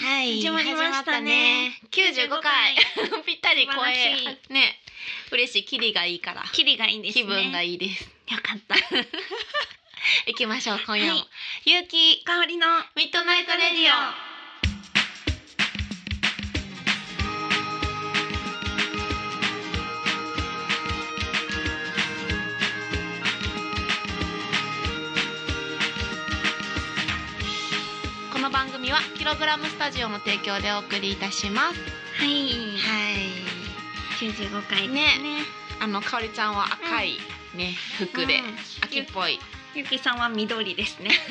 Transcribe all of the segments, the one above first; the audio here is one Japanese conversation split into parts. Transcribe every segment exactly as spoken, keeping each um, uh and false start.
はい始まりましたね。 きゅうじゅうごかいぴったり素晴らし声ね、嬉しい、キリがいいからキリがいいんですね。 気分がいいです。 よかった。 行きましょう。今夜も、 はいゆうき香りのミッドナイトレディオ。この番組はキログラムスタジオの提供でお送りいたします。 はいはいきゅうじゅうごかいですねね。 あのかおりちゃんは赤い、ね服で、 うん秋っぽいゆきさんは緑ですね。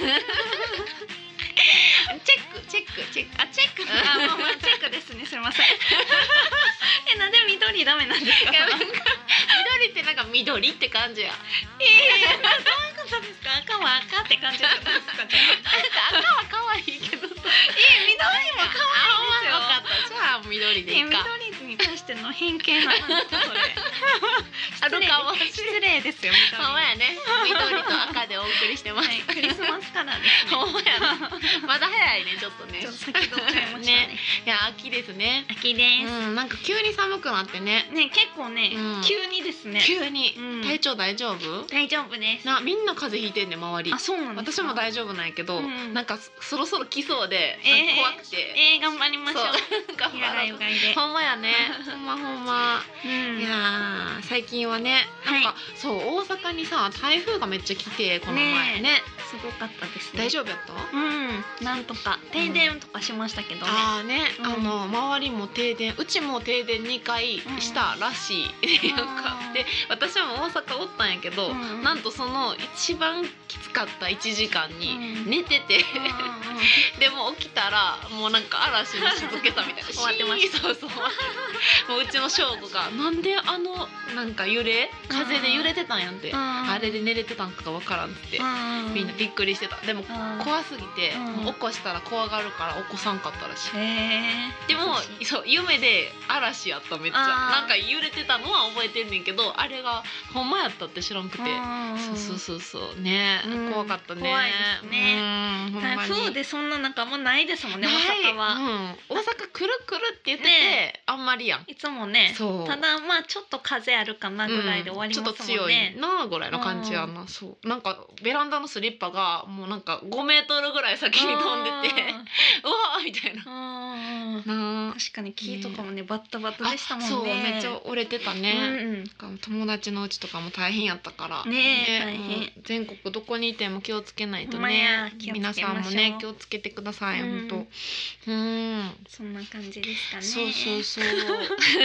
チェックチェックチェックあチェックあまあまあチェックですね。すみません。えなんで緑ダメなんですか。 なんか緑ってなんか緑って感じや。 ええー、どういうことですか。赤は赤って感じなんですか。じゃあなんか赤は可愛いけどさ。 え緑も可愛いですよ。 分かった。じゃあ緑でいいか。 え緑に対しての偏見なのそれ。 あるかもしれ失ない。 礼ですよ。 ほんまやね。緑と赤でお送りしてます。 はい、クリスマスカラーですね。 ほんまやな。まだ早いねちょっとね。 ちょっと先取っちゃいましたね。 いや秋ですね。 秋です。 うんなんか急に寒くなってね。 ね結構ね、 うん急にですね。 急に、 うん体調大丈夫？ 大丈夫です。 なみんな風邪ひいてんね周り。 あそうなんです私か。 も大丈夫なんやけど、 うんなんかそろそろ来そうで、 えーなんか怖くて。 えー、頑張りましょう。 そう頑平が張ろう。 ゆがいで。 ほんまやね。ほんまほんま。 うんいやー最近はねなんか、 はいそう大阪にさ台風がめっちゃ来てこの前ねすごかったですね。 大丈夫やった？ うん、なんとか停電とかしましたけどね。 あーね、 うんあの周りも停電うちも停電にかいしたらしい、 うんなんかで私も大阪おったんやけど、 うんなんとその一番きつかったいちじかんにうん寝てて、 うんうんでも起きたらもうなんか嵐に静けたみたいな終わってましそうそうもううちの翔吾がなんであのなんか揺れ風で揺れてたんやんて、 うんあれで寝れてたんかわからんって、 うんみんなびっくりしてた。でもうん怖すぎて、 うんもう起こしたら怖がるから起こさんかったらしい。 へーでも優しいそう夢で嵐やっためっちゃあーなんか揺れてたのは覚えてんねんけどあれがほんまやったって知らんくて、 うんそうそうそうそうね、 うん怖かったね。 怖いですねうんほんまに台風でそんななんかあんまないですもんね、 ない大阪は。 うん、大阪くるくるって言ってて、 ねあんまりやん。 いつもね。 そうただまあちょっと風あるかなぐらいで終わりますもんね。 うん、ちょっと強いなぐらいの感じやな、そうなんかベランダのスリッパがもうなんかごメートルぐらい先に飛んでてうわーみたいなうんうんなあ確かに木とかもねバッタバタでしたもんね。 そうめっちゃ折れてたね、 うんうん友達のうちとかも大変やったからねえ大変もう全国どこにいても気をつけないとほんまやね。 気をつけましょう皆さんもね気をつけてください、 うん本当うんそんな感じですかね。 そうそうそうゆきさん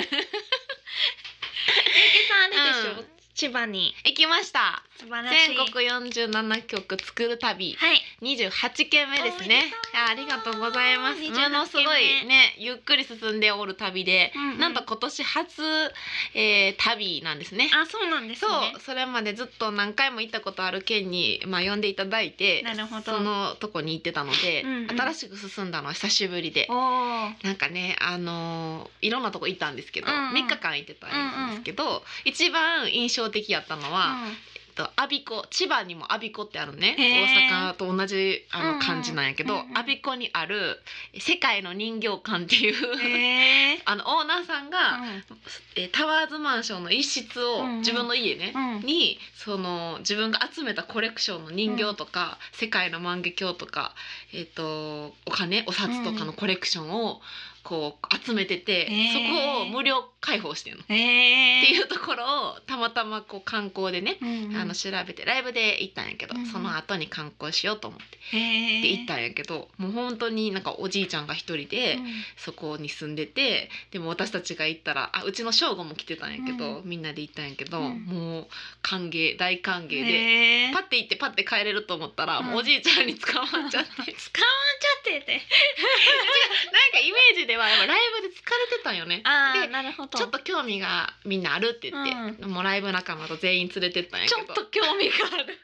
あれでしょ、 うん千葉に行きました素晴らしい全国よんじゅうななきょく作る旅、 はいにじゅうはちけんめですね。あありがとうございます。 にじゅうはちものすごいねゆっくり進んでおる旅で、 うんうんなんと今年初、えー、旅なんですね。 あそうなんですね。 そうそれまでずっと何回も行ったことある県に、まあ、呼んでいただいてなるほどそのとこに行ってたので、 うんうん新しく進んだのは久しぶりで。 おーなんかねあのーいろんなとこ行ったんですけど、 うんうんみっかかん行ってたんですけど、一番印象的やったのは、 うんえっと我孫子千葉にも我孫子ってあるね、 へー大阪と同じあうんうんの感じなんやけど、 うんうん我孫子にある世界の人形館っていう、 へーあのオーナーさんが、えータワーズマンションの一室を、 うんうん自分の家ね、 うんにその自分が集めたコレクションの人形とか、世界の万華鏡とか、えー、とお金お札とかのコレクションをこう集めてて、 へーそこを無料開放してるの。っへーていうところをたまたまこう観光でね、 うんうんあの調べてライブで行ったんやけど、 うんうんその後に観光しようと思ってへーで行ったんやけど、もう本当になんかおじいちゃんが一人で、 うんそこに住んでて、でも私たちが行ったらあうちの正吾も来てたんやけど、 うみんなで行ったんやけど、 うんもう歓迎大歓迎で、 へーパッて行ってパッて帰れると思ったら、 うんもうおじいちゃんに捕まっちゃって捕まっちゃっててなんかイメージではやっぱライブで疲れてたんよね。 あーでなるほどちょっと興味がみんなあるって言って、もうライブ仲間と全員連れてったんやけど、 ちょっと興味がある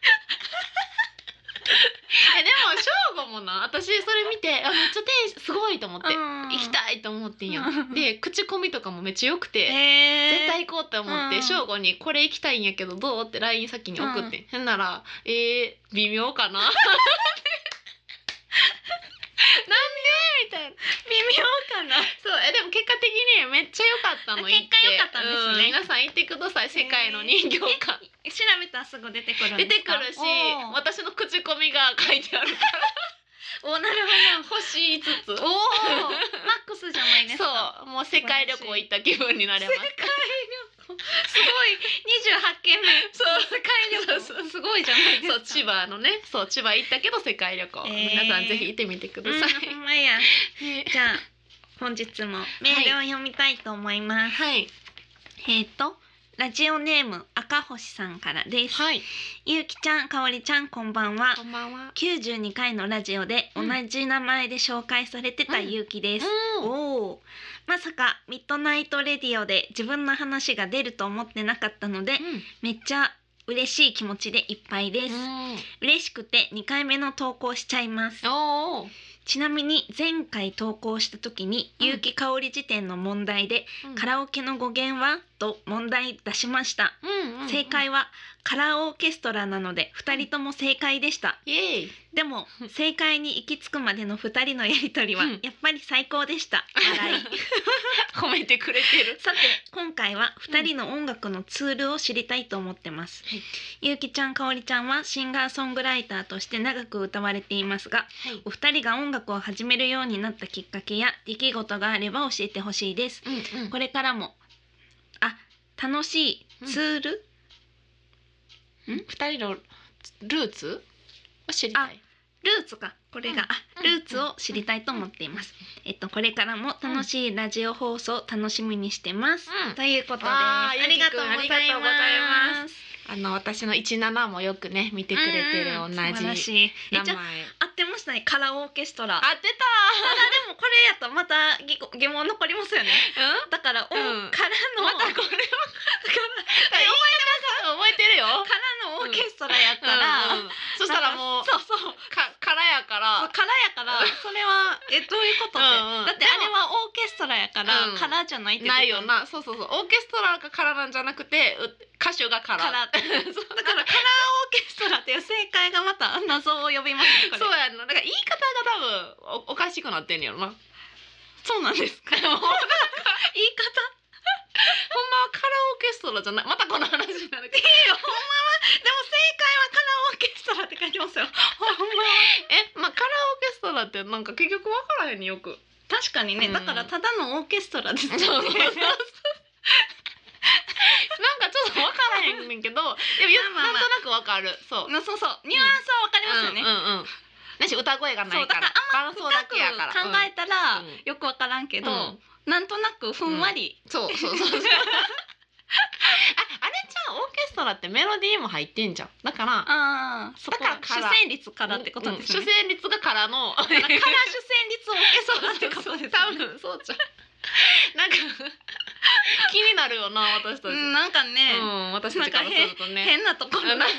えでも正吾もな私それ見てあめっちゃテンションすごいと思って、 うん行きたいと思ってんやうんん。で口コミとかもめっちゃ良くて、 へー絶対行こうって思って、 うん正吾にこれ行きたいんやけどどうって ライン 先に送ってん、ほんならえー、微妙かななんでみたいかな。 そうえでも結果的にめっちゃ良かったの。 結果良かったんですねうん皆さん行ってください。世界の人形館調べたらすぐ出てくるん出ですか。 てくるしおー私の口コミが書いてあるからお、なる星いつつほど。おお、マックスじゃないですか。 そうもう世界旅行行った気分になれます。 世界旅行。すごい。二十八件目。 そう世界旅行。 そうそうすごいじゃないですか。 そう千葉のねそう千葉行ったけど世界旅行、 えー皆さんぜひ行ってみてください。 うん、ほんまや。 ねじゃあ本日もメールを読みたいと思います。 はいえっ、とラジオネーム赤星さんからです。 はいゆうきちゃん、かおりちゃん、こんばんは。 こんばんは。 きゅうじゅうにかいのラジオで同うんじ名前で紹介されてたゆうきです。 うんおお、まさかミッドナイトレディオで自分の話が出ると思ってなかったので、めっちゃ嬉しい気持ちでいっぱいです。嬉しくてにかいめの投稿しちゃいます。 おーちなみに前回投稿した時に、 うんゆうきかおり辞典の問題で、 うんカラオケの語源はと問題出しました。 うんうん正解はカラオーケストラなのでふたりとも正解でした。 イエーイ。 でも正解に行き着くまでのふたりのやりとりはうんやっぱり最高でした。笑い。 褒めてくれてる。 さて今回はふたりの音楽のツールを知りたいと思ってます。 はいゆうきちゃん、かおりちゃんはシンガーソングライターとして長く歌われていますが、 はいお二人が音楽を始めるようになったきっかけや出来事があれば教えてほしいです。 うんうんこれからもあ楽しいツール、 二人のルーツを知りたい。 ルーツかこれが、 うんあルーツを知りたいと思っています。えっとこれからも楽しいラジオ放送楽しみにしてます、 うんということです。 わあありがとうございゆうきくんありがとうございま。 ますあの私の一七もよくね見てくれてる同じうんうん素晴らしい。え名前。 じゃあ合ってましたね、カラオケストラ。 あってたただでもこれやとまた疑疑問残りますよね。 ー。うん？ だから、おうんからのまたこれはから覚えてるよ。 からのオーケストラやったら、 うんうんそしたらもうそうそうかからやからそうからやからそれはえどういうことって、 うんうんだってあれはオーケストラやから、 うんからじゃないってないよな。そうそうそうオーケストラがからなんじゃなくてう歌手がから。 からってそうだからカラーオーケストラっていう正解がまた謎を呼びますねこれ。 そうやんな。だから言い方が多分おおかしくなってんねやろな。 そうなんですか。 ほんまは言い方カラオケストラじゃない。またこの話になるけど。 いいよほんまはでも正解はカラーオーケストラって書いてますよ。ほんまはえ、まあカラオケストラってなんか結局わからへんねよく。 確かにね、 うんだからただのオーケストラですよね。 そうそうそうなんかちょっとわからへんねんけど、でもまあまあまあなんとなくわかる。そう。 なそうそうニュアンスはわかりますよね。 うんうんうん。なし歌声がないから。 そうだから伴奏だけやから。 深く考えたら、 うんよくわからんけど、 うんなんとなくふんわり、 そうそうそうそう。あ、あれじゃんオーケストラってメロディーも入ってんじゃん。だからああそこだからから主旋律からってことですね。 うん主旋律がからの。 だから主旋律オーケストラってことですね。 多分そうじゃん。なんか気になるよな私たち。 うんなんかね、 うん私たちからするとね。 変なところなんか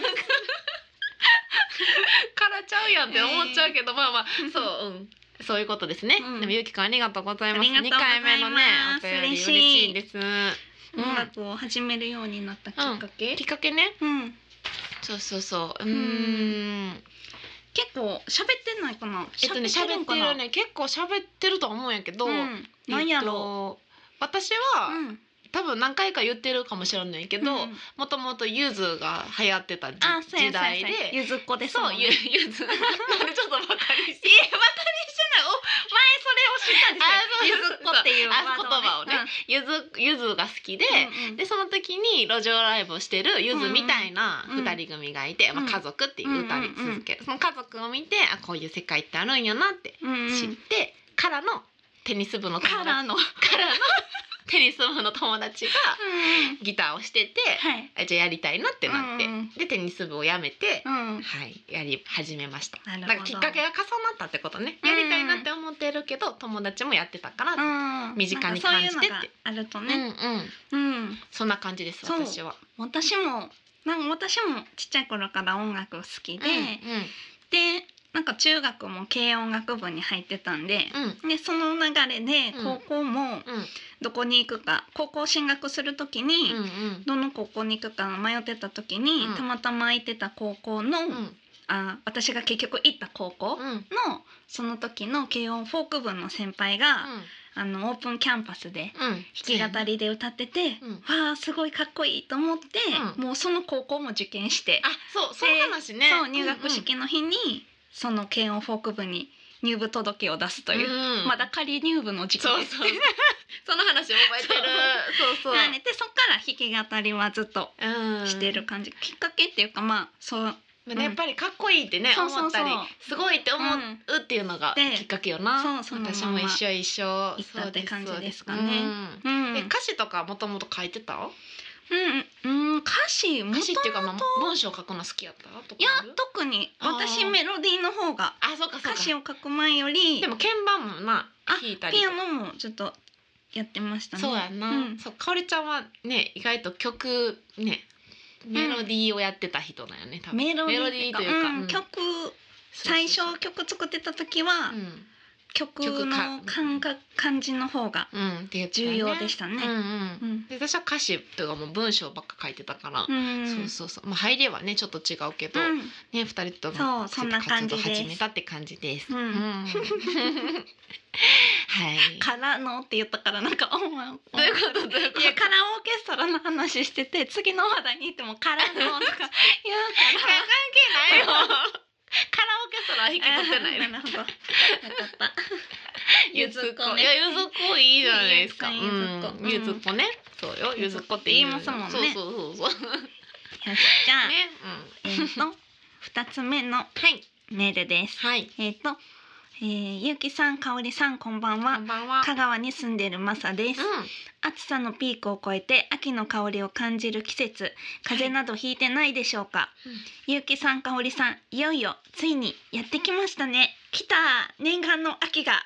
からちゃうやんって思っちゃうけど、まあまあそう、うん、そういうことですね。 うんでもゆうきくんありがとうございます。 ありがとうございますにかいめのねお便り嬉しいです。うん音楽を始めるようになったきっかけ、 きっかけね。 うんそうそうそう。ううんーん。 結構喋ってないかな。 えっとね喋ってるね結構喋ってると思うんやけど、 うん、なんやろえっと私は、 う、うん、 多分何回か言ってるかもしれないけど、 うんもともとゆずが流行ってたじあそうや時代そうやそうやで。 ゆずっこですもそうんゆね。 ゆずなんでちょっとバカにしていやバカにしてない。お前それを知ったんですよ。ゆずっこっていうワードあ言葉をねゆずゆずが好きで、 うんうんでその時に路上ライブをしてるゆずみたいなうんうん二人組がいて、 うんまあ、家族っていう歌に続ける、その家族を見てあこういう世界ってあるんやなってうんうん知って、からのテニス部の友達カラーの、 からのテニス部の友達がうんギターをしてて、 はい、 あじゃあやりたいなってなって、 うんうんでテニス部を辞めて、 うん、 はいやり始めました。 なるほどだからきっかけが重なったってことね。やりたいなって思ってるけど、友達もやってたから、 うん、 身近に感じてってなんかそういうのがあるとうんね、 うんうん、 そんな感じですそう私は。 私もなんか私もちっちゃい頃から音楽好きで、 うんうんでなんか中学も軽音楽部に入ってたんで、 うんでその流れでうん高校もうんどこに行くか、高校進学する時に、 うんどの高校に行くか迷ってた時に、 うんたまたま空いてた高校のうんあ私が結局行った高校うんうんのその時の軽音フォーク部の先輩が、あのオープンキャンパスでうん弾き語りで歌ってて、 うんわあすごいかっこいいと思って、 うもうその高校も受験して、 あそうその話ねそう入学式の日にその軽音フォーク部に入部届を出すという、 うんまだ仮入部の時期ですそうそうその話覚えてるそうそうなんででそっから弾き語りはずっとうんしてる感じ、きっかけっていうかまあそうまあねやっぱりかっこいいってねそうそうそう思ったりすごいって思うっていうのができっかけよなそうそのまま私も一緒一緒行ったって感じですかね。 ううんん、 え歌詞とかもともと書いてたうん、うん、歌詞もと歌詞っていうかまあ文章書くの好きやったとかいやある特にあー私メロディーの方があそうかそうか歌詞を書く前よりでも鍵盤もなあ弾いたりピアノもちょっとやってましたね。 そうやんな、 うんそうかおりちゃんはね意外と曲ねメロディーをやってた人だよね多分メロディーメロディーというか、 うんうん曲そうそう最そう初曲作ってた時は、 うん曲曲かの感覚感じの方がうんって言ってたよね重要でしたね。 うんうんうんで私は歌詞とかも文章ばっか書いてたから、 うんそうそうそうまあ入りはねちょっと違うけど、 うんね二人ともそうそんな感じです活動始めたって感じです。 うんはい。 からのって言ったからなんかお前どういうことどういうこといやカラオケストラの話してて次の話題に行ってもからのとか言う関から係ないよ。カラオケストラは引き取ってないね。 なるほど。よかった。 ゆずっこ。 ねいやゆずっこいいじゃないですか。 いいですかうんゆずっこね。そうよゆずっこって言うよ言いますもんねそうそうそうそう。 よしじゃあ、 ね。 えっ、と二つ目のうん。はいメールです。 はい。 えっ、と、えー、ゆうきさん、かおりさん、こんばんこは。 んばんは。 香川に住んでいるまさです。 う暑さのピークを越えて秋の香りを感じる季節、風邪などひいてないでしょうか。ゆうきさん、かおりさん、いよいよついにやってきましたね。来た念願の秋が。 ん。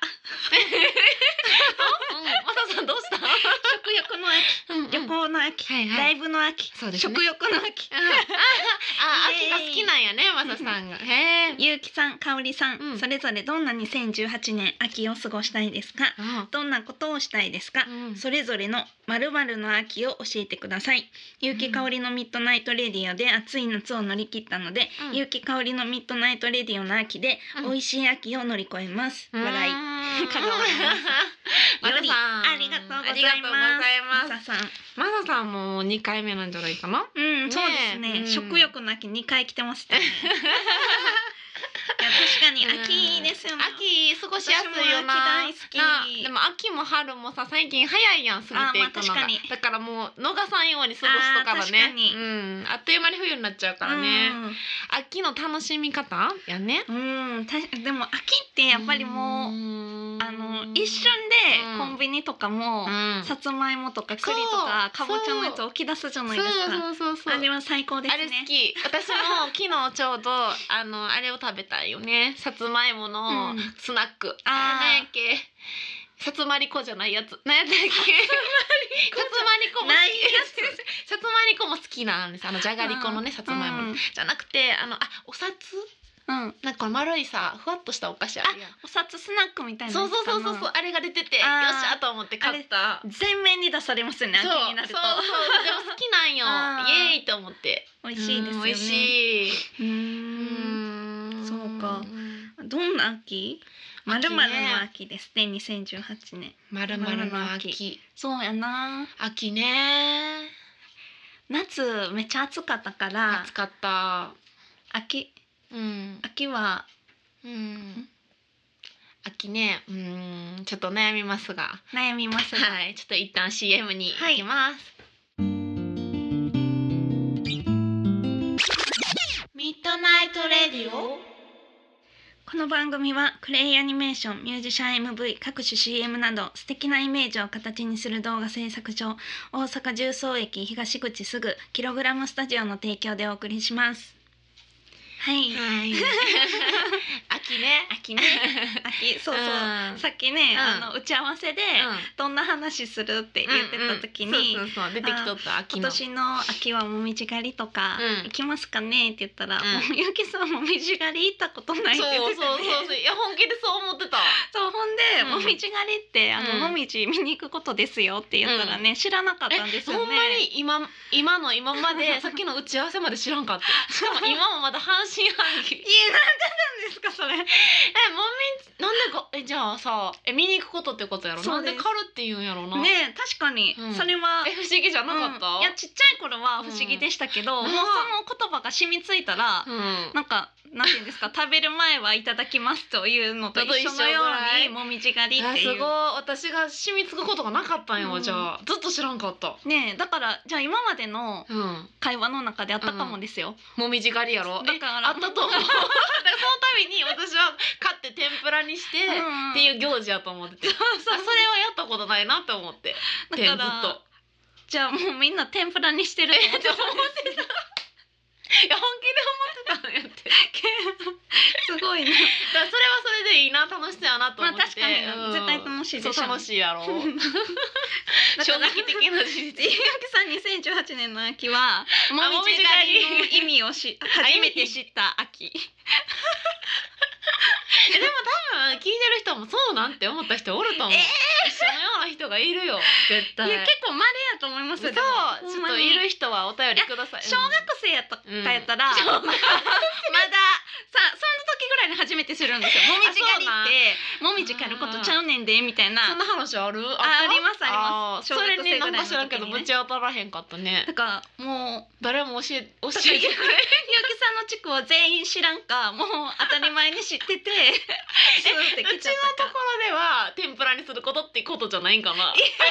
まささんどうした？ 食欲の秋、 うんうん旅行の秋、 はいはいライブの秋、 そうですね食欲の秋。 うんああ秋が好きなんやねまささんが。へえ。 ゆうきさん、かおりさん、 うんそれぞれどんなにせんじゅうはちねん秋を過ごしたいですか。どんなことをしたいですか。 うんそれぞれの〇〇の秋を教えてください。ゆうきかおりのミッドナイトレディオで暑い夏を乗り切ったので、 うんゆうきかおりのミッドナイトレディオの秋でうん美味しい秋を乗り越えます。笑い。 い香川まよりささんありがとうございありがとうごます。 ざいますまささん。 まささんもにかいめなんじゃないかな。 うん、 ねそうですね。 うん食欲の秋にかい来てますね。いや確かに秋ですよね。 秋過ごしやすいよな。 私も秋大好きなでも秋も春もさ最近早いやん過ぎていくのが。 あまあ確かにだからもう逃さんように過ごすとからあー確かね。 にうんあっという間に冬になっちゃうからね。秋の楽しみ方やね。 うん、うん、たでも秋ってやっぱりもう。 うあの一瞬でコンビニとかも、 うんさつまいもとか栗とかかぼちゃのやつ置き出すじゃないですか。 そうそうそうそう。 あれは最高ですね。 あれ好き。私も昨日ちょうどあのあれを食べたいよね。さつまいものうんスナック。 あーなんやっけ。さつまりこじゃないやつ。なんやったっけ。さつまりこも好ないき。さつまりこも好きなんです。あのじゃがりこのねさつまいも、 うんじゃなくてあのあお札うん。 なんかこの丸いさふわっとしたお菓子あるやん。 お札スナックみたいなそうやつかな。 そうそうそうそうあれが出ててよっしあーゃと思って買った。 全面に出されますよね。秋そうになると。 そうそうでも好きなんよあーイエーイと思って美味しいですよね。 うん美味しい。 うーん。そうかんどんな秋？ま秋ねるまるの秋ですね。にせんじゅうはちねん。 まるまるのまるの秋秋そうやな。 秋ね夏めっちゃ暑かったから暑かった秋うん秋はうん秋ねうんちょっと悩みますが悩みますが。 はいちょっと一旦 シーエム に行きます、ミッドナイトレディオこの番組はクレイアニメーション、ミュージシャン エムブイ、各種 シーエム など素敵なイメージを形にする動画制作所大阪重曹駅東口すぐキログラムスタジオの提供でお送りします。はい。 はい秋ね秋ね。秋そうそう。 うんさっきね、 うんあの打ち合わせで、どんな話するって言ってた時に、 うんうんそうそうそう出てきとった秋の今年の秋はもみじ狩りとか、 うん行きますかねって言ったら、 んもうゆうきさんもみじ狩り行ったことないってそう言ってそうて、 そうそういや本気でそう思ってたそうほんで、 うんもみじ狩りってあの、 うんもみじ見に行くことですよって言ったらね、知らなかったんですよね。 ほんまに今今の今までさっきの打ち合わせまで知らんかったしかも今もまだ半信半疑いやなんですかそれ。 え、もみなんでかえじゃあさえ見に行くことってことやろ。なんで狩るって言うんやろな。 ね確かに、 うん、 それはえ不思議じゃなかった、 うん、いやちっちゃい頃は不思議でしたけど、うん、もうその言葉が染みついたら、うん、なんかなんていうんですか食べる前はいただきますというのと一緒のようにもみじ狩りっていう。 すごい私が染みつくことがなかったんよ、うん、じゃあずっと知らんかったね。だからじゃあ今までの会話の中であったかもですよ、 うん、もみじ狩りやろ。 だからあったと思うだからそのたびに私は買って天ぷらにしてっていう行事やと思ってて、うん、そうそうそれはやったことないなって思ってだからずっとじゃあもうみんな天ぷらにしてると思ってたいや本気で思ってたのやってすごいね。 だからそれはそれでいいな楽しそうやなと思って、まあ、 確かに、うん、絶対楽しいでしょ。 楽しいやろ衝撃的な事実。 ゆうきさんにせんじゅうはちねんの秋はもみじ狩りの意味をし初めて知った秋えでも多分聞いてる人もそうなんて思った人おると思う、えー、一緒のような人がいるよ絶対。 いや結構稀やと思いますよ。 そうちょっといる人はお便りください。 小学生やったかやったら、うん、まださその時ぐらいに初めてするんですよ。もみじ狩りってもみじ狩ることちゃうねんでみたいな。 そんな話ある？ あ、ありますあります。 それになんか知らんけどぶち当たらへんかったね。 だからもう誰も教え教えてくれ。ゆうきさんの地区を全員知らんかもう当たり前に知っててえうちのところでは天ぷらにすることってことじゃないんかな。 天ぷ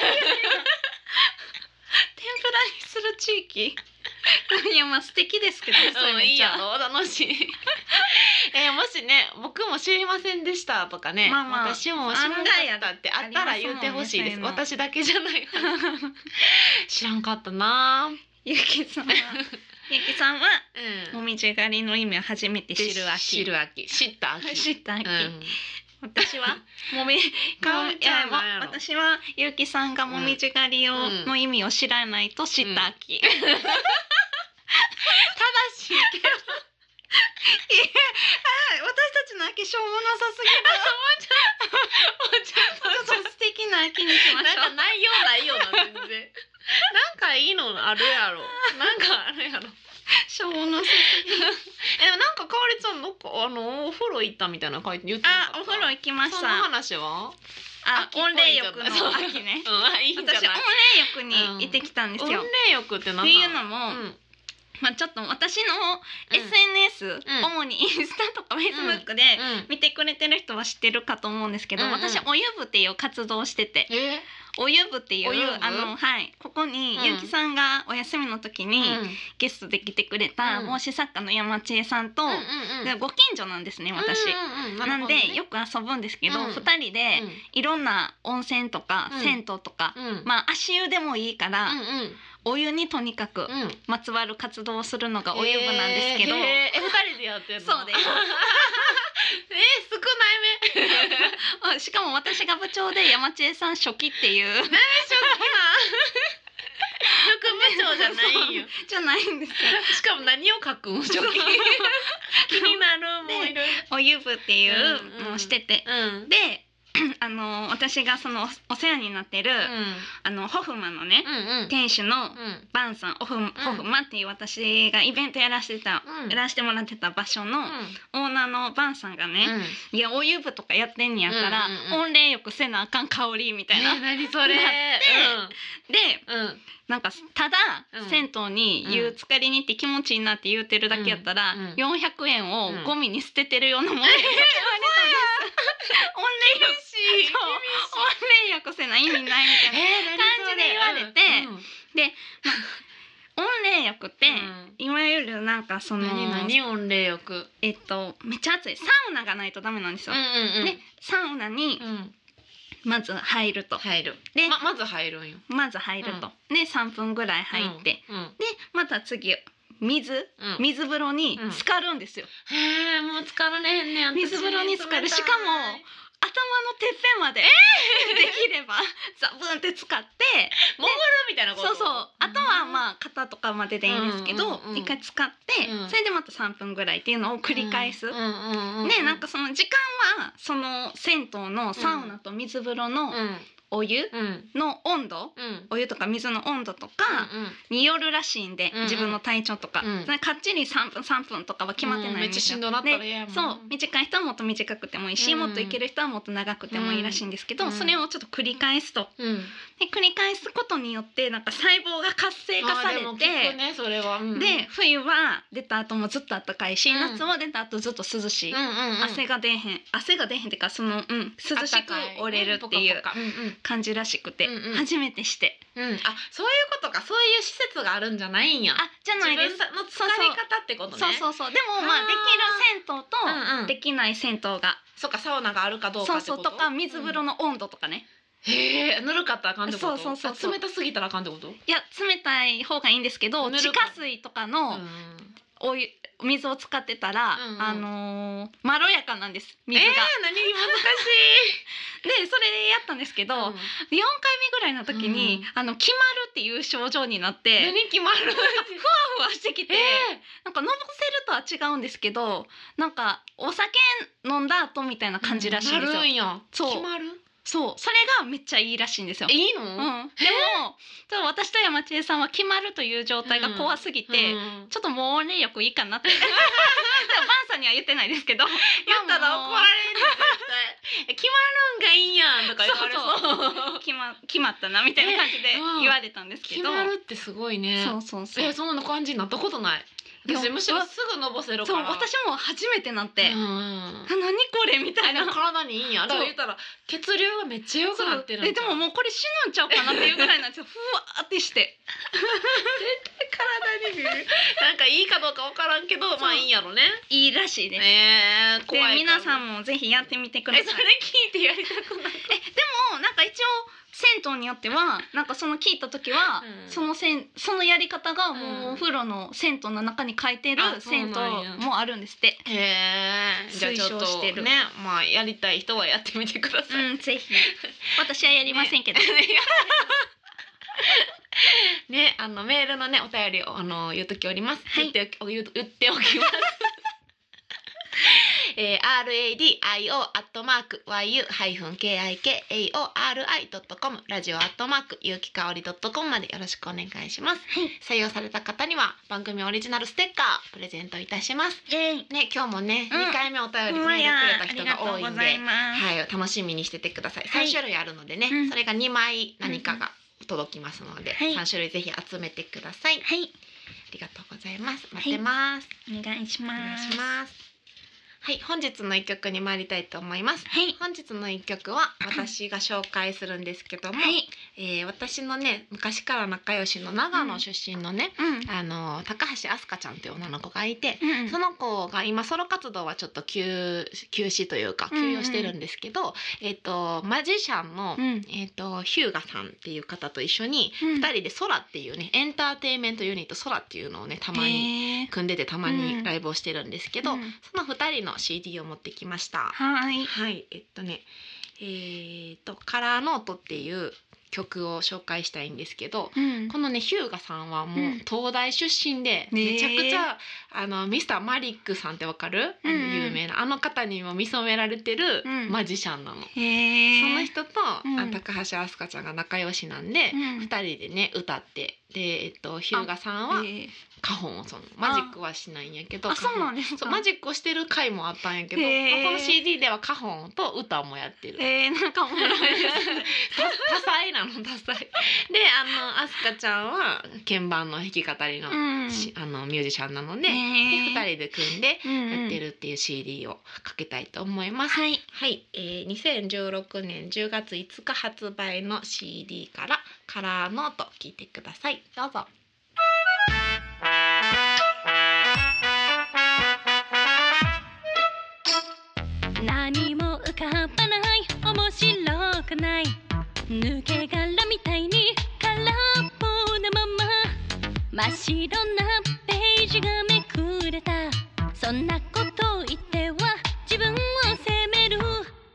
らにする地域いやまあ素敵ですけど、ね、 そういういいやろ楽しいえー、もしね僕も知りませんでしたとかね、まあまあ、私も知らんかったってあったら言ってほしいです。私だけじゃない知らんかったな。 ゆきさんはゆきさんは、うん、もみじ狩りの意味を初めて知る秋。 知る秋知った秋知った秋、うん、私はもみかいや私はゆうきさんがもみじ狩りを、うん、の意味を知らないと知った秋、うん、正しいけどいや私たちの秋しょうもなさすぎるもうちょっと素敵な秋にしましょう。 なんか内容ないよな全然なんかいいのあるやろなんかあるやろしょうもなさすぎるえでもなんかかおりちゃんのあのお風呂行ったみたいな書いて言ってなかった？ あお風呂行きました。 その話はあ温冷浴の秋ね、 うん、あいいんじゃない。 私温冷浴に行ってきたんですよ、 うん、温冷浴って何だっていうのも、うんまあ、ちょっと私の エスエヌエス、うん、主にインスタとかフェイスブックで見てくれてる人は知ってるかと思うんですけど、うんうん、私お湯部っていう活動をしてて、えお湯部っていうあの、はい、ここにゆうきさんがお休みの時にゲストで来てくれた孟子作家の山千恵さんと、うんうんうん、でご近所なんですね私、うんうんうん、な, なんで、ね、よく遊ぶんですけど、うん、ふたりでいろんな温泉とか、うん、銭湯とか、うん、まあ足湯でもいいから、うんうんお湯にとにかくまつわる活動をするのがお湯部なんですけど、 うん、えー、えふたりでやってるの？ そうですえー、 少ない目しかも私が部長で山千恵さん初期っていう何初期な副部長じゃないよじゃないんですよ。 しかも何を書くん初期気になるもういろいろお湯部っていうのをしてて、うんうん、であの私がそのお世話になってる、うん、あのホフマのね、うんうん、店主のバンさん、ホフ、うん、ホフマっていう私がイベントやらせてた、うん、やらせてもらってた場所の、うん、オーナーのバンさんがね、うん、いやお湯部とかやってんねやったら、うんうんうん、温冷浴せなあかん香りみたいな、 えー、何それなって、うん、で、うんなんかただ、うん、銭湯に湯浸かりに行って気持ちいいなって言うてるだけやったら、うんうん、よんひゃくえんをゴミに捨ててるようなもの、うん、って言われたんです。温冷浴そう温冷浴せな意味ないみたいな感じで言われて、えーうん、で、まあ、温冷浴って、うん、いわゆるなんかその何何温冷浴えっとめっちゃ暑いサウナがないとダメなんですよ。うんうんうん、でサウナに、うんまず入ると入るでま, まず入るんよまず入ると、うん、でさんぷんぐらい入って、うんうん、でまた次水、うん、水風呂に浸かるんですよ、 うん、へえもう浸かるねんねん水風呂に浸かるしかも頭のてっぺんまで、えー、できればザブンって使って潜るみたいなこと。 そうそうあとはまあ肩とかまででいいんですけど、うんうんうん、一回使って、うん、それでまたさんぷんぐらいっていうのを繰り返す、うんうんうんうん、でなんかその時間はその銭湯のサウナと水風呂のお湯の温度、うん、お湯とか水の温度とかによるらしいんで、うんうん、自分の体調とか、うん、かっちりさんぷんさんぷんとかは決まってないんですよ、うん、めっちゃしんどなったら嫌やもん。そう短い人はもっと短くてもいいし、うん、もっといける人はもっと長くてもいいらしいんですけど、うん、それをちょっと繰り返すと、うん、で繰り返すことによってなんか細胞が活性化されて、でも聞くねそれは、うん、で冬は出た後もずっと暖かいし、うん、夏は出た後ずっと涼しい、うんうんうん、汗が出へん汗が出へんっていうかその、うん、涼しく折れるっていう感じらしくて、うんうん、初めてして、 うん、あそういうことか、そういう施設があるんじゃないんや。 あじゃないです。 自分の使い方ってことね。 そうそうそう。でもまあできる銭湯とできない銭湯が、うんうん、 そうかサウナがあるかどうかってこと。 そうそうとか水風呂の温度とかね、 うん、へえぬるかったらあかんってこと。 そうそうそう。 冷たすぎたらあかんってこと。いや冷たい方がいいんですけど、地下水とかのお湯水を使ってたら、うんうん、あのー、まろやかなんです水が。えー、 何難しいでそれでやったんですけど、うん、よんかいめぐらいの時に、うん、あの決まるっていう症状になって、 何決まるふわふわしてきて、えー、なんかのぼせるとは違うんですけど、なんかお酒飲んだ後みたいな感じらしいんですよ、うん、なるんや。そう決まる。そうそれがめっちゃいいらしいんですよ。 いいの？うん、 でも私と山知恵さんは決まるという状態が怖すぎて、うん、ちょっともうねよくいいかなってバンさんには言ってないですけど、 言ったら怒られる絶対決まるんがいいやんとか言われそう。 そう決ま決まったなみたいな感じで言われたんですけど、 決まるってすごいね。 そうそうそう。 えそんな感じになったことない。私むしろすぐのぼせるから。 そう私も初めてなって、うん、何これみたいな。 体にいいんや。だから言ったら血流がめっちゃ良くなってるんえでももうこれ死ぬんちゃうかなっていうぐらいなんですよ。ふわってして絶対体になんかいいかどうかわからんけどまあいいんやろね。 いいらしいです。 えー、怖い。 で皆さんもぜひやってみてください。 えそれ聞いてやりたくない。 えでもなんか一応銭湯によってはなんかその聞いた時は、うん、そのせんそのやり方がもうお風呂の銭湯の中に書いてる銭湯もあるんですって。 へえ。じゃあちょっとねまあやりたい人はやってみてください。 うんぜひ。私はやりませんけど。ねねあのメールのねお便りをあの言うときおります。はい、言って言っておきます。えー、アールエーディーアイオー アットマーク ワイユー ハイフン ケーアイケーエーオーアールアイ ドットコム ラジオアットマーク有機香り ドットコム までよろしくお願いします、はい、採用された方には番組オリジナルステッカープレゼントいたします、ね、今日もね、うん、にかいめお便りメールくれた人が多いんで、はい、楽しみにしててください。さん種類あるのでね、はい、それがにまい何かが届きますので、はい、さん種類ぜひ集めてください、はい、ありがとうございます。待ってます、 はい、お願いします。 お願いします。はい、本日の一曲に参りたいと思います。はい、本日の一曲は私が紹介するんですけども、はい、えー、私のね昔から仲良しの長野出身のね、うん、あの高橋明日香ちゃんという女の子がいて、うん、その子が今ソロ活動はちょっと休休止というか休養してるんですけど、うんうん、えっ、ー、とマジシャンの、うん、えっ、ー、とヒューガさんっていう方と一緒にふたりでソラっていうねエンターテインメントユニットソラっていうのをねたまに組んでてたまにライブをしてるんですけど、うん、そのふたりのシーディー を持ってきました。 はい、 はい、えっとね、えー、とカラーノートっていう曲を紹介したいんですけど、うん、このねヒューガさんはもう東大出身で、うん、めちゃくちゃあのミスターマリックさんってわかる、うん、あの有名なあの方にも見初められてるマジシャンなの、うん、その人と、うん、あ高橋明日香ちゃんが仲良しなんで、うん、ふたりでね歌ってで、えっと、ヒューガさんは花本をそのマジックはしないんやけど、 あそうなんですか。 そうマジックをしてる回もあったんやけど、この シーディー では花本と歌もやってる。 えー、なんかおもろいです多彩なの多彩で、あのアスカちゃんは鍵盤の弾き語りの、うん、あのミュージシャンなので、えー、でふたりで組んでやってるっていう シーディー をかけたいと思います。はい、はい、えー、にせんじゅうろくねんじゅうがついつか発売の シーディー からカラーノート聞いてください。どうぞ。 何も浮かばない面白くない抜け殻みたいに空っぽなまま真っ白なページがめくれた。そんなこと言っては自分を責める。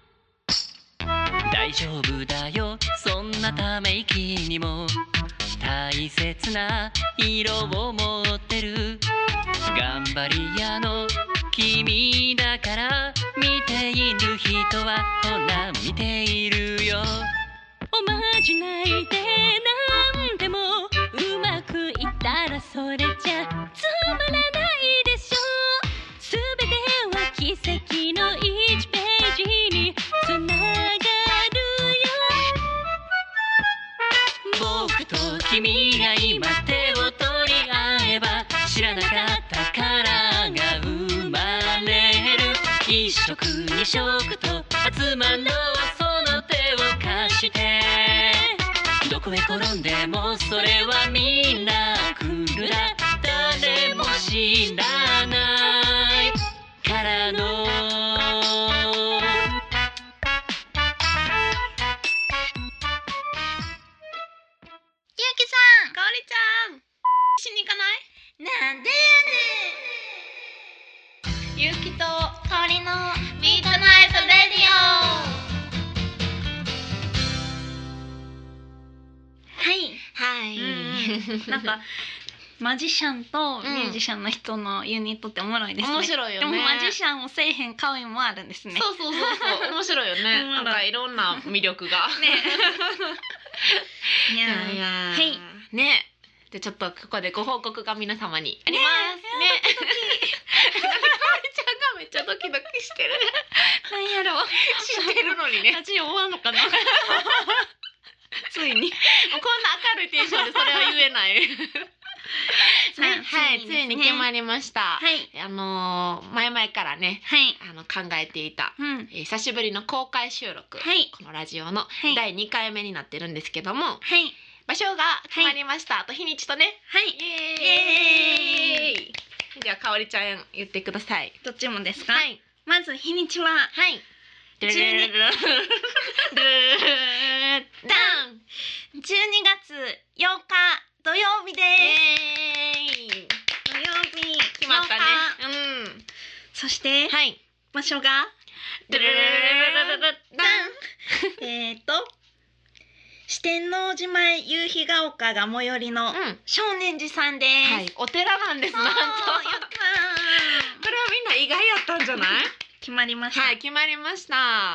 大丈夫だよそんなため息にも大切な色を持ってる。頑張り屋の君だから見ている人はほら見ているよ。 まじないでなんでもうまくいったらそれじゃつまらないでしょ。すべては奇跡のいちページにつながるよ。僕と君が今手を取り合えば知らなかったからが生まれる。一色二色と集まろうその手を貸して。どこへ転んでもそれはみんな来るだ。誰も知らないからの。 ゆうきさん、 かおりちゃんしに行かない？ なんでやねん。 ゆうきとかおりのミートナイトレディはいはい、 うん、なんかマジシャンとミュージシャンの人のユニットっておもろいですね。 面白いよね。 でもマジシャンをせえへんカウイもあるんですね。 そうそうそうそう面白いよね。なんかいろんな魅力がねいやいやはいね。でちょっとここでご報告が皆様にありますね。かおりちゃんがめっちゃドキドキしてる。 なんやろ知ってるのにね。 ラジオ終わんのかなついにもうこんな明るいテンションでそれは言えない。ね、はい、ついに決まりました。 はい、 あのー、前々からね、 はい、 あの考えていた、 うんえー、久しぶりの公開収録、 はい、 このラジオのだいにかいめになってるんですけども、 はい、 場所が決まりました。はい、あと日にちとね、 はい、 イエーイ。じゃあかおりちゃん言ってください。 どっちもですか？ はい、 まず日にちは、 はい。じゅうにダンじゅうにがつようか土曜日です。土曜日決まったね。うん。 そしてはい、 場所がドゥルルルルルルダンえっと四天王寺前夕日が丘が最寄りの少年寺さんです。 はい、お寺なんです。なんと。 やったー。 これはみんな意外やったんじゃない？ 決まりました。 はい、決まりました。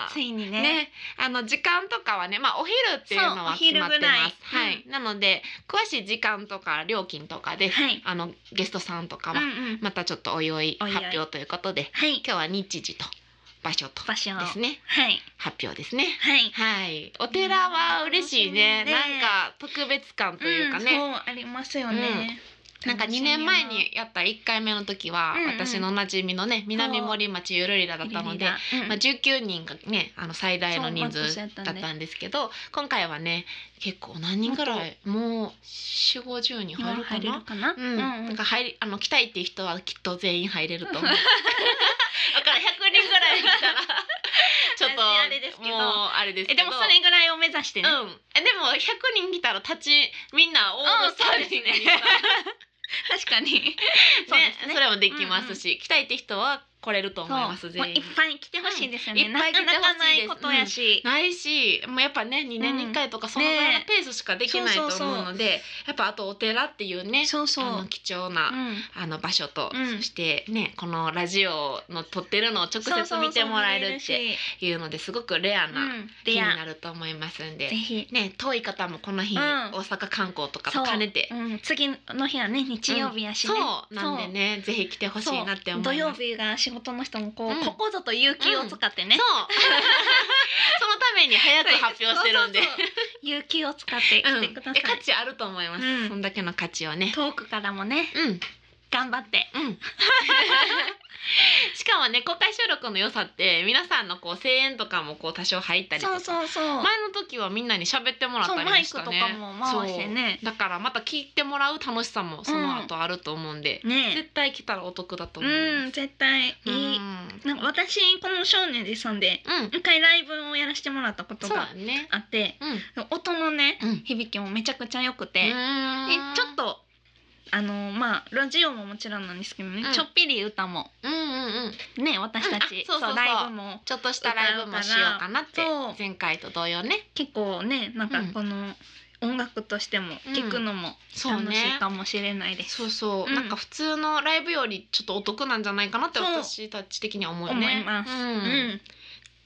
ついにね。 ね、あの時間とかはね、まあお昼っていうのは決まってます。はい、うん、なので詳しい時間とか料金とかで、はい、あのゲストさんとかはまたちょっとおいおい発表ということで、はい、今日は日時と場所とですね。はい、発表ですね。はい、はい、お寺は嬉しいね。ね、なんか特別感というかね。 うん、そうありますよね。 うん、なんかにねんまえにやったいっかいめの時は、うんうん、私の馴染みのね南森町ゆるりらだったので、うん、まあ、じゅうきゅうにんがねあの最大の人数だったんですけど、今回はね結構何人ぐらいもうよんじゅうごじゅうにん入るかな。入れるかな。うん、なんか入りあの来たいっていう人はきっと全員入れると思う。だからひゃくにんぐらい来たらちょっとあれですけど、もうあれですけど、 えでもそれぐらいを目指してね。 うん。えでもひゃくにん来たら立ちみんなオールスタンディングにさ。 確かにね、そうですね、それもできますし、うんうん、来たいって人は来れると思います。全員いっぱい来てほしいですよね。 うん、いっぱい来てほしいです。なかなかないことやし、 うん、ないし、もうやっぱねにねんにいっかいとかそのぐらいのペースしかできないと思うので、やっぱあとお寺っていうね、そうそう、あの貴重な、うん、あの場所と、うん、そしてねこのラジオの撮ってるのを直接見てもらえるっていうのですごくレアな日になると思いますんで、ぜひね遠い方もこの日、うん、大阪観光とかと兼ねて、 うん、次の日はね日曜日やしね、 そうなんでねぜひ来てほしいなって思います。 土曜日が仕事の人もこう、うん、ここぞと有給を使ってね、 うん、そうそのために早く発表してるんで有給を使って来てください。 うん、価値あると思います、うん、そんだけの価値をね遠くからもね、うん、頑張って、うんしかもね公開収録の良さって皆さんのこう声援とかもこう多少入ったりとか、そうそうそう、前の時はみんなに喋ってもらったりもしたね。 そうマイクとかも回してね、 だからまた聞いてもらう楽しさもその後あると思うんで、うんね、絶対来たらお得だと思う。 うん絶対いい、うん、なんか私この少年寺さんで一回ライブをやらせてもらったことがあって、うん、音のね、うん、響きもめちゃくちゃ良くて、でちょっとあのまあラジオももちろんなんですけどね、うん、ちょっぴり歌も、うんうんうん、ね私たち、うん、そうそうそう、ライブもちょっとしたライブもしようかなって前回と同様ね、 結構ねなんかこの音楽としても聴くのも楽しいかもしれないです。 うん、そうそう、うん、なんか普通のライブよりちょっとお得なんじゃないかなって私たち的には思うね。 思います。うんうん、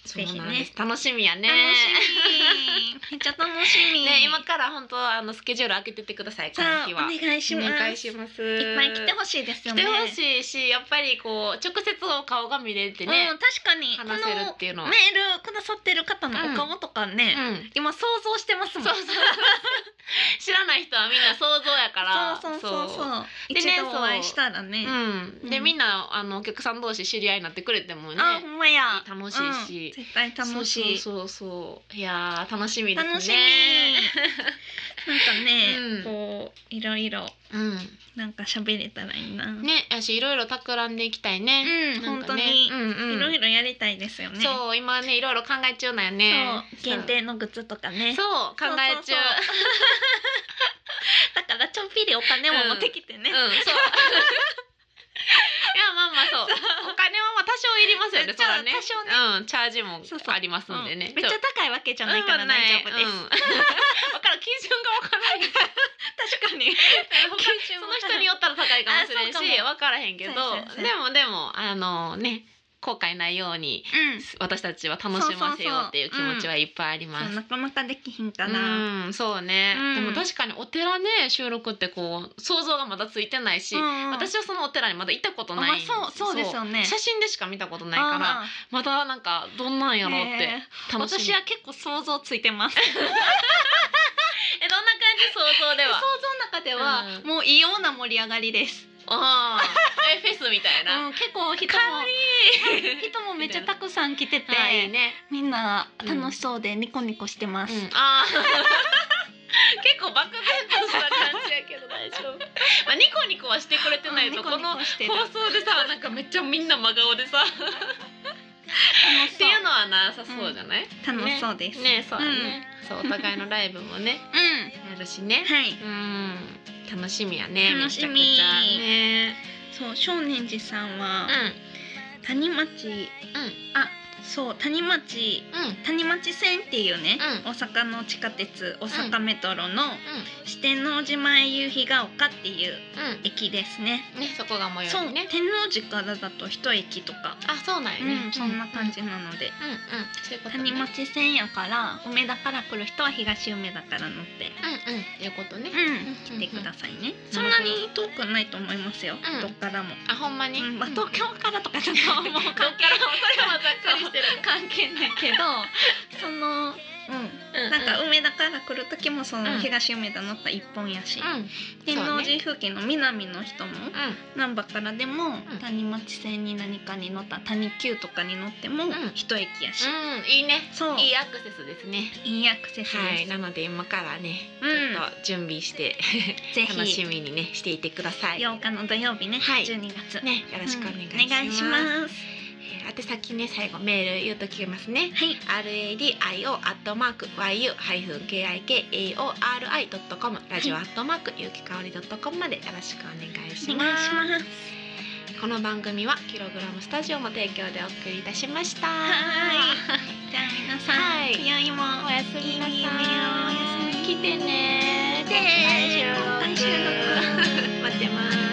ぜひね楽しみやね。 楽しみめっちゃ楽しみね、今から本当あのスケジュール開けてってください。この日はお願いします。 お願いします。 いっぱい来てほしいですよね。 来てほしいし、やっぱりこう直接お顔が見れてね、 うん、確かに話せるっていうのはメールくださってる方のお顔とかね、 うん、 今想像してますもん。 そうそう知らない人はみんな想像やから、 そうそうそうそう。 でね、 一度お会いしたらね、 うん、でみんなあのお客さん同士知り合いになってくれてもね、 あ、ほんまや、 楽しいし、 絶対楽しい。 そうそうそう、いや楽しみですね。 楽しみ。なんかね、こういろいろなんか喋れたらいいな。 ね、やしいろいろ企んでいきたいね。 うん、本当にいろいろやりたいですよね。 そう、今ねいろいろ考え中なんよね。 限定のグッズとかね。 そう、考え中。 だからちょっぴりお金も持ってきてね。 うん、そう。いや、まあまあそう。お金はまあ多少いりますよね。そらね。 多少ね。 うん、チャージもありますんでね。 めっちゃ高いわけじゃないから大丈夫です。 わからん、基準がわからない。 確かに。 その人によったら高いかもしれんし、わからへんけど、でもでもあのね。後悔ないように、うん、私たちは楽しませようっていう気持ちはいっぱいあります。 そうそうそう、うん、なかなかできひんから。 うん、そうね、うん。でも確かにお寺ね収録ってこう想像がまだついてないし、うん、私はそのお寺にまだ行ったことないんです。 そうそうですよね。 写真でしか見たことないからまだなんかどんなんやろうって楽しみ。 私は結構想像ついてます。 え、どんな感じ想像では？ 想像の中では、うん、もう異様な盛り上がりです。 ああ、え、フェスみたいな。 うん、結構人も人もめっちゃたくさん来てて、 いいね、 みんな楽しそうでニコニコしてます。 うんうん、あ結構漠然とした感じやけど大丈夫。まあニコニコはしてくれてないと、この放送でさ、なんかめっちゃみんな真顔でさっていうのはなさそうじゃない？ うん、楽しそうです。 ね、ね、そうだね。うん、そう、お互いのライブもね、うん、やるしね。 はい。 うん。楽しみやね。 楽しみ。ね。そう、少年寺さんは、うん、谷町、うん、あ、そう、谷町、うん、谷町線っていうね、うん、大阪の地下鉄、大阪メトロの、うん、四天王寺前夕日が丘っていう駅ですね。 うん、ね、そこが最寄りね。 そう、天王寺からだと一駅とか。 あ、そうなんよね。 うん、そんな感じなので。 うんうん、そういうことね。 谷町線やから梅田から来る人は東梅田から乗って。 うんうん、いうことね。 うん、来てくださいね。そんなに遠くないと思いますよ。どっからも。 あ、ほんまに。 まあ東京からとかちょっともう関係ない。 それはざっくりしてる。 関係ないけど、その、うん、なんか梅田から来る時もその東梅田乗った一本やし、天王寺付近の南の人も難波からでも谷町線に何かに乗った谷急とかに乗っても一駅やし、 うん、いいね。そう、いいアクセスですね。 いいアクセスです。 はい、なので今からね、ちょっと準備してぜひ楽しみにねしていてください。 ようかの土曜日ね、じゅうにがつね、よろしくお願いします。お願いします。宛先ね、最後メール言うときますね。はい。アールエーディーアイオー アットマーク ワイユー ハイフン ケーアイケーエーオーアールアイ ドットコム、ラジオアットマークゆうきかおりドットコムまでよろしくお願いします。お願いします。この番組はキログラムスタジオの提供でお送りいたしました。はい。 じゃあ皆さん、はい、今宵もおやすみなさい。 いい夢をおやすみ。 来てね。 来て。来週。 待ってます。